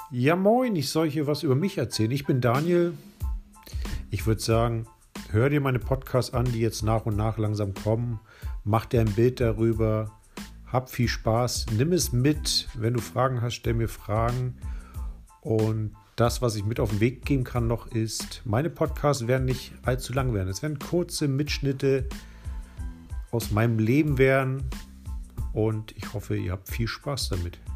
Ja, moin, ich soll hier was über mich erzählen. Ich bin Daniel. Ich würde sagen, hör dir meine Podcasts an, die jetzt nach und nach langsam kommen. Mach dir ein Bild darüber. Hab viel Spaß. Nimm es mit. Wenn du Fragen hast, stell mir Fragen. Und das, was ich mit auf den Weg geben kann noch, ist, meine Podcasts werden nicht allzu lang werden. Es werden kurze Mitschnitte aus meinem Leben werden. Und ich hoffe, ihr habt viel Spaß damit.